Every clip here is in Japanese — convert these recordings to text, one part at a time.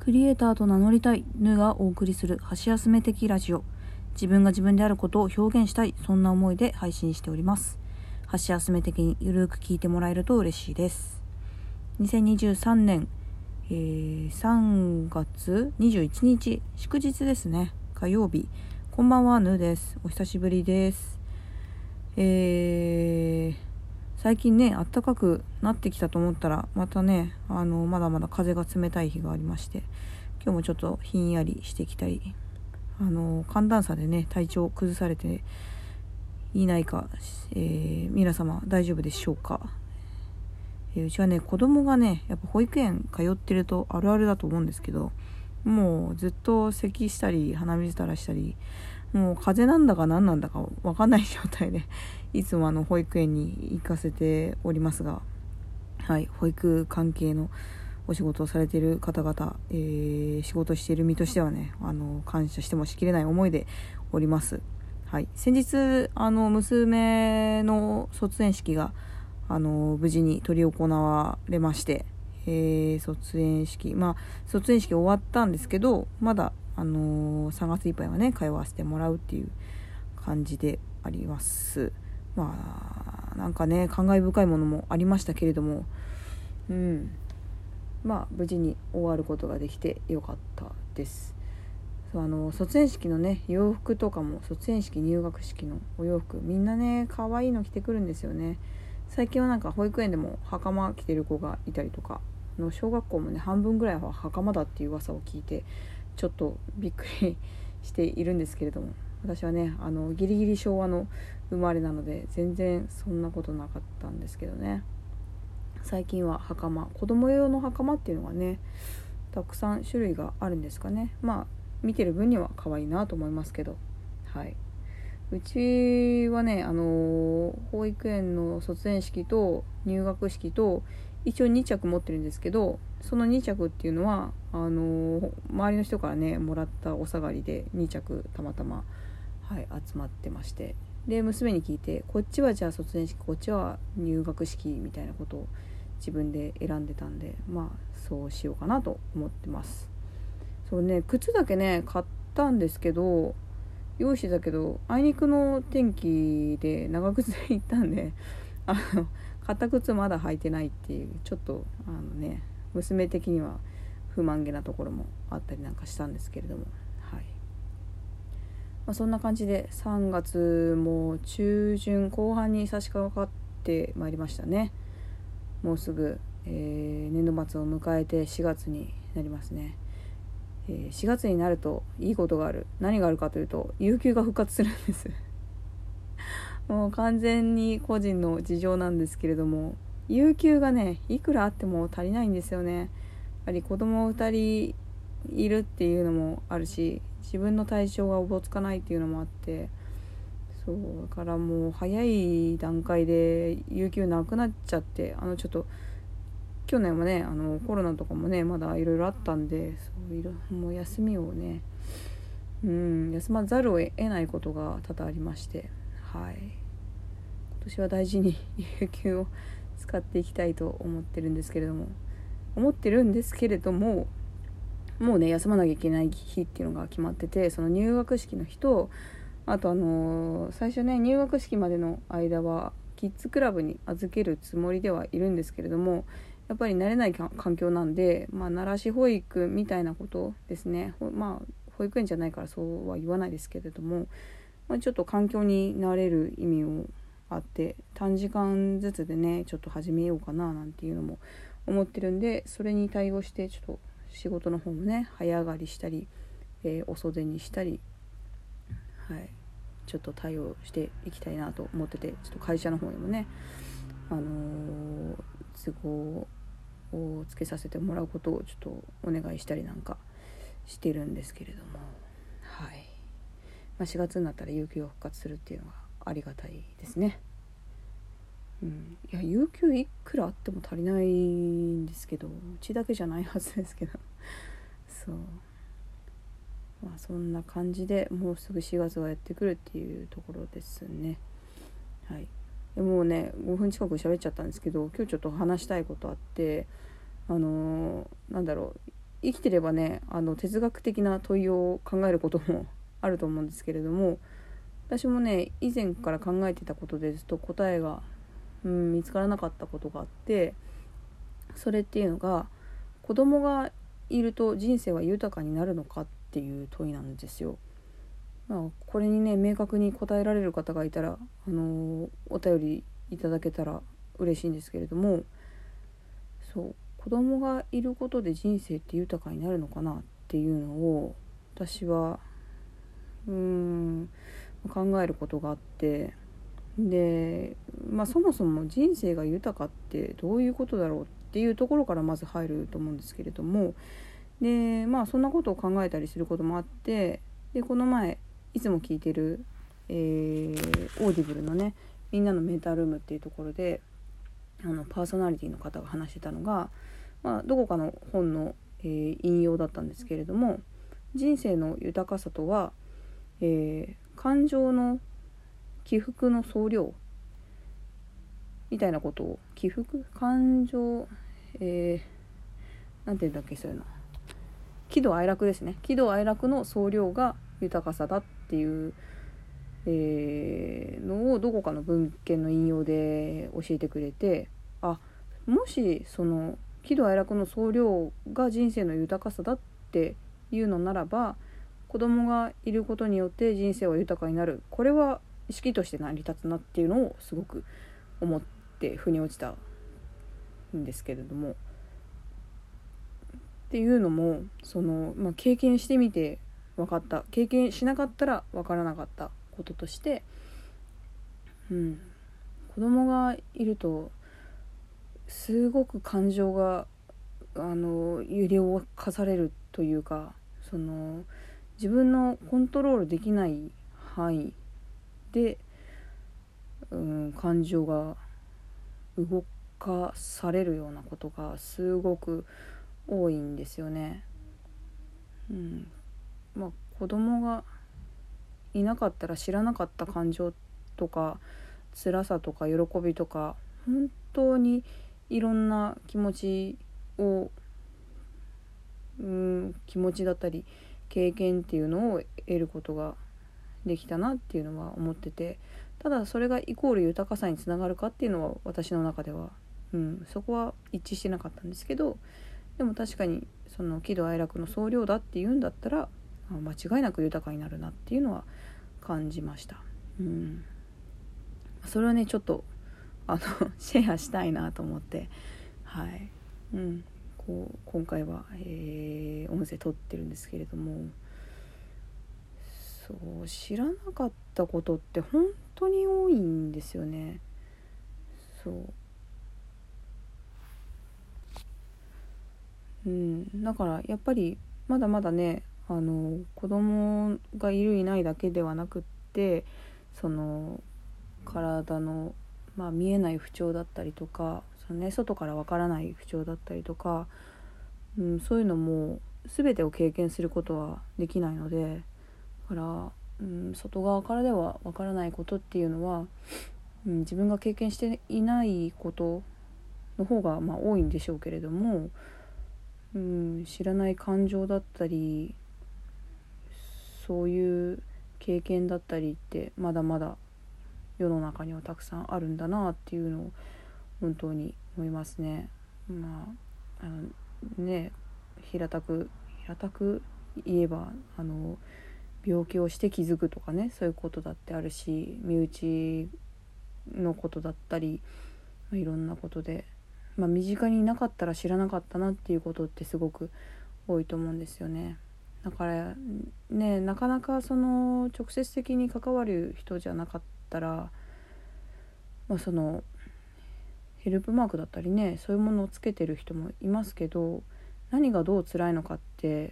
クリエイターと名乗りたいヌがお送りする箸休め的ラジオ。自分が自分であることを表現したい、そんな思いで配信しております。箸休め的にゆるく聞いてもらえると嬉しいです。2023年、3月21日祝日ですね。火曜日。こんばんは、ヌです。お久しぶりです。最近ね、暖かくなってきたと思ったらまたね、まだまだ風が冷たい日がありまして、今日もちょっとひんやりしてきたり、寒暖差でね体調を崩されていないか、皆様大丈夫でしょうか。うちはね、子供がねやっぱ保育園通ってるとあるあるだと思うんですけど、もうずっと咳したり鼻水垂らしたり、もう風邪なんだか何なんだか分かんない状態でいつも保育園に行かせておりますが、はい、保育関係のお仕事をされている方々、仕事している身としてはね、感謝してもしきれない思いでおります。はい、先日娘の卒園式が無事に執り行われまして、卒園式終わったんですけど、まだ3月いっぱいはね通わせてもらうっていう感じであります。なんかね、感慨深いものもありましたけれども、無事に終わることができてよかったです。卒園式のね洋服とかも、卒園式入学式のお洋服、みんなね可愛いの着てくるんですよね。最近はなんか保育園でも袴着てる子がいたりとか、小学校もね半分ぐらいは袴だっていう噂を聞いて、ちょっとびっくりしているんですけれども、私はねギリギリ昭和の生まれなので全然そんなことなかったんですけどね。最近は袴、子供用の袴っていうのがねたくさん種類があるんですかね。見てる分には可愛いなと思いますけど、はい。うちはね保育園の卒園式と入学式と一応2着持ってるんですけど、その2着っていうのは周りの人からねもらったお下がりで2着たまたま、集まってまして、で娘に聞いて、こっちはじゃあ卒園式、こっちは入学式みたいなことを自分で選んでたんで、そうしようかなと思ってます。そうね、靴だけね買ったんですけど、用意してたけどあいにくの天気で長靴で行ったんで買った靴まだ履いてないっていう、ちょっと娘的には不満げなところもあったりなんかしたんですけれども、そんな感じで3月も中旬後半に差し掛かってまいりましたね。もうすぐ、年度末を迎えて4月になりますね。4月になるといいことがある。何があるかというと、有給が復活するんですもう完全に個人の事情なんですけれども、有給がねいくらあっても足りないんですよね。やっぱり子供2人いるっていうのもあるし、自分の体調がおぼつかないっていうのもあって、そうだからもう早い段階で有給なくなっちゃって、ちょっと去年はねコロナとかもねまだいろいろあったんで、もう休みをね休まざるを得ないことが多々ありまして、今年は大事に有給を使っていきたいと思ってるんですけれども、もうね休まなきゃいけない日っていうのが決まってて、その入学式の日と、あと最初ね入学式までの間はキッズクラブに預けるつもりではいるんですけれども、やっぱり慣れない環境なんで、慣らし保育みたいなことですね。保育園じゃないからそうは言わないですけれども、ちょっと環境に慣れる意味もあって、短時間ずつでねちょっと始めようかななんていうのも思ってるんで、それに対応してちょっと仕事の方もね早上がりしたり、お袖にしたり、ちょっと対応していきたいなと思ってて、ちょっと会社の方にもね都合をつけさせてもらうことをちょっとお願いしたりなんかしてるんですけれども、4月になったら有給が復活するっていうのがありがたいですね。いや有給いくらあっても足りないんですけど、うちだけじゃないはずですけどそうそんな感じで、もうすぐ4月がやってくるっていうところですね。もうね5分近く喋っちゃったんですけど、今日ちょっと話したいことあって、 生きてればね哲学的な問いを考えることもあると思うんですけれども、私もね以前から考えてたことですと答えが、見つからなかったことがあって、それっていうのが、子供がいると人生は豊かになるのかっていう問いなんですよ。これにね明確に答えられる方がいたらお便りいただけたら嬉しいんですけれども、そう子供がいることで人生って豊かになるのかなっていうのを私は考えることがあって、で、そもそも人生が豊かってどういうことだろうっていうところからまず入ると思うんですけれども、でそんなことを考えたりすることもあって、でこの前いつも聞いてる、オーディブルのねみんなのメンタルームっていうところでパーソナリティの方が話してたのが、どこかの本の、引用だったんですけれども、人生の豊かさとは、感情の起伏の総量みたいなことを、起伏感情、なんていうんだっけ、そういうの喜怒哀楽ですね。喜怒哀楽の総量が豊かさだっていう、のをどこかの文献の引用で教えてくれて、もしその喜怒哀楽の総量が人生の豊かさだっていうのならば、子供がいることによって人生は豊かになる、これは意識として成り立つなっていうのをすごく思って腑に落ちたんですけれども、っていうのも経験してみて分かった、経験しなかったら分からなかったこととして、子供がいるとすごく感情が揺り動かされるというか、自分のコントロールできない範囲で、感情が動かされるようなことがすごく多いんですよね。子供がいなかったら知らなかった感情とか辛さとか喜びとか、本当にいろんな気持ちを、気持ちだったり経験っていうのを得ることができたなっていうのは思ってて、ただそれがイコール豊かさにつながるかっていうのは私の中では、そこは一致してなかったんですけど、でも確かにその喜怒哀楽の総量だっていうんだったら間違いなく豊かになるなっていうのは感じました。それをねちょっとシェアしたいなと思って、今回は、音声撮ってるんですけれども、そう知らなかったことって本当に多いんですよね。だからやっぱりまだまだね子供がいるいないだけではなくって、体の、見えない不調だったりとか、外からわからない不調だったりとか、そういうのも全てを経験することはできないので、だから、外側からではわからないことっていうのは、自分が経験していないことの方が多いんでしょうけれども、知らない感情だったりそういう経験だったりってまだまだ世の中にはたくさんあるんだなっていうのを本当に思いますね。平たく言えば病気をして気づくとかね、そういうことだってあるし、身内のことだったり、いろんなことで、身近にいなかったら知らなかったなっていうことってすごく多いと思うんですよね。だからね、なかなか直接的に関わる人じゃなかったら、ヘルプマークだったりね、そういうものをつけてる人もいますけど、何がどう辛いのかって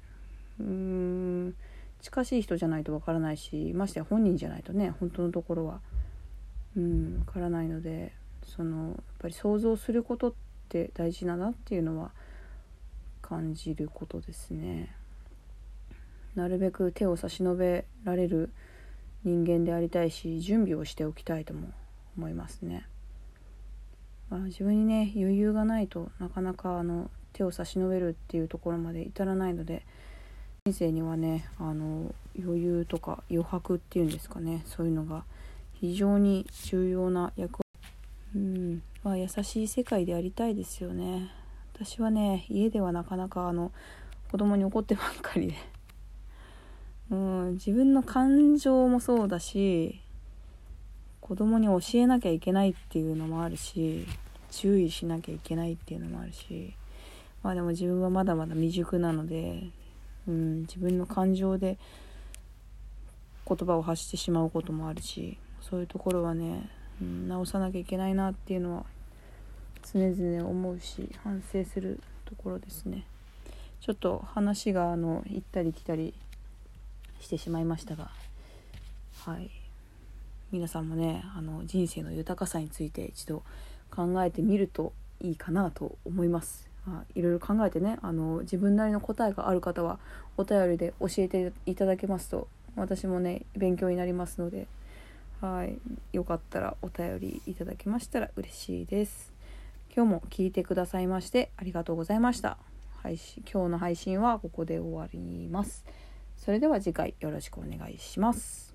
近しい人じゃないとわからないし、ましてや本人じゃないとね本当のところはわからないので、やっぱり想像することって大事だなっていうのは感じることですね。なるべく手を差し伸べられる人間でありたいし、準備をしておきたいとも思いますね。自分にね余裕がないとなかなか手を差し伸べるっていうところまで至らないので、人生にはね余裕とか余白っていうんですかね、そういうのが非常に重要な役割、優しい世界でありたいですよね。私はね家ではなかなか子供に怒ってばっかりで自分の感情もそうだし、子供に教えなきゃいけないっていうのもあるし、注意しなきゃいけないっていうのもあるし、でも自分はまだまだ未熟なので、自分の感情で言葉を発してしまうこともあるし、そういうところはね、直さなきゃいけないなっていうのは常々思うし、反省するところですね。ちょっと話が行ったり来たりしてしまいましたが、皆さんもね人生の豊かさについて一度考えてみるといいかなと思います。いろいろ考えてね自分なりの答えがある方はお便りで教えていただけますと、私もね勉強になりますので、よかったらお便りいただけましたら嬉しいです。今日も聞いてくださいましてありがとうございました。今日の配信はここで終わります。それでは次回よろしくお願いします。